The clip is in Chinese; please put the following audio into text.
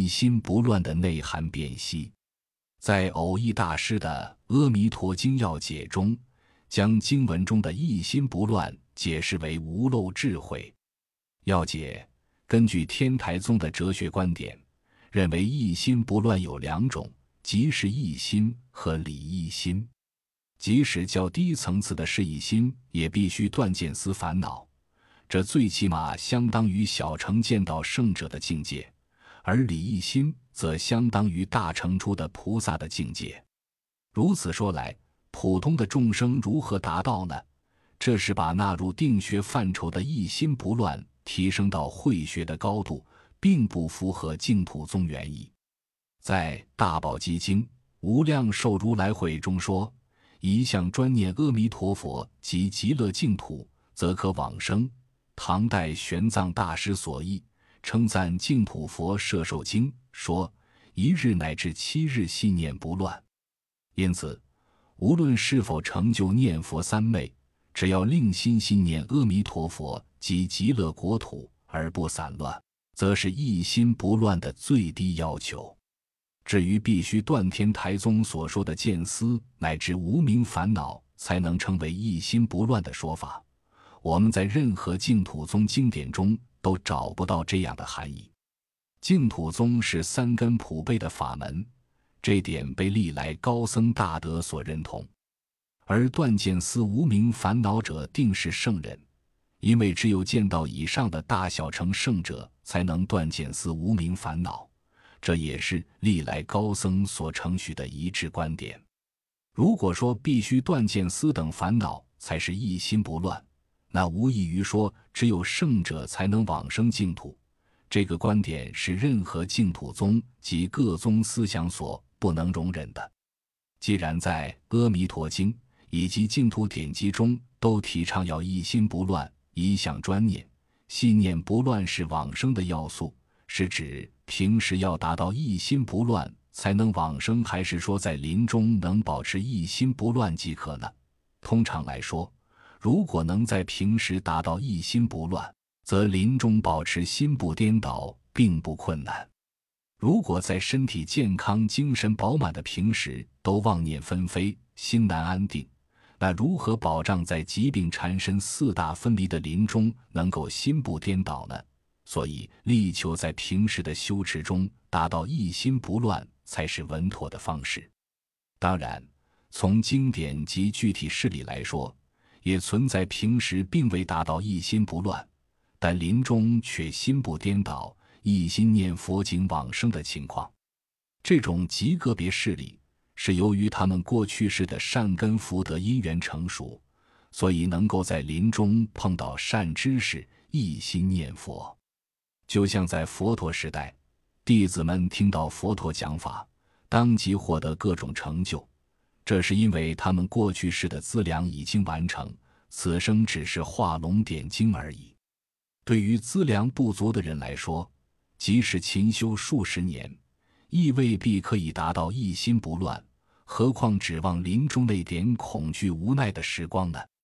一心不乱的内涵辨析。在偶益大师的《阿弥陀经要解》中，将经文中的一心不乱解释为无漏智慧。要解根据天台宗的哲学观点，认为一心不乱有两种，即是一心和理一心。即使较低层次的是一心，也必须断见思烦恼，这最起码相当于小乘见到圣者的境界，而理一心则相当于大乘出的菩萨的境界。如此说来，普通的众生如何达到呢？这是把纳入定学范畴的一心不乱提升到慧学的高度，并不符合净土宗原意。在《大宝积经·无量寿如来会》中说，一向专念阿弥陀佛及极乐净土，则可往生。唐代玄奘大师所译，称赞净土佛摄受经说，一日乃至7日信念不乱。因此无论是否成就念佛三昧，只要令心信念阿弥陀佛及极乐国土而不散乱，则是一心不乱的最低要求。至于必须断天台宗所说的见思乃至无明烦恼才能称为一心不乱的说法，我们在任何净土宗经典中都找不到这样的含义。净土宗是三根普被的法门，这点被历来高僧大德所认同。而断见思无明烦恼者定是圣人，因为只有见到以上的大小乘圣者才能断见思无明烦恼，这也是历来高僧所承许的一致观点。如果说必须断见思等烦恼才是一心不乱，那无异于说只有圣者才能往生净土。这个观点是任何净土宗及各宗思想所不能容忍的。既然在《阿弥陀经》以及净土典籍中都提倡要一心不乱，一向专念，信念不乱是往生的要素，是指平时要达到一心不乱才能往生，还是说在临终能保持一心不乱即可呢？通常来说，如果能在平时达到一心不乱，则临终保持心不颠倒并不困难。如果在身体健康、精神饱满的平时都妄念纷飞，心难安定，那如何保障在疾病缠身、四大分离的临终能够心不颠倒呢？所以力求在平时的修持中达到一心不乱才是稳妥的方式。当然，从经典及具体事例来说，也存在平时并未达到一心不乱，但临终却心不颠倒，一心念佛经往生的情况。这种极个别事例是由于他们过去世的善根福德因缘成熟，所以能够在临终碰到善知识，一心念佛。就像在佛陀时代，弟子们听到佛陀讲法，当即获得各种成就，这是因为他们过去世的资粮已经完成，此生只是画龙点睛而已。对于资粮不足的人来说，即使勤修数十年，亦未必可以达到一心不乱，何况指望临终那点恐惧无奈的时光呢？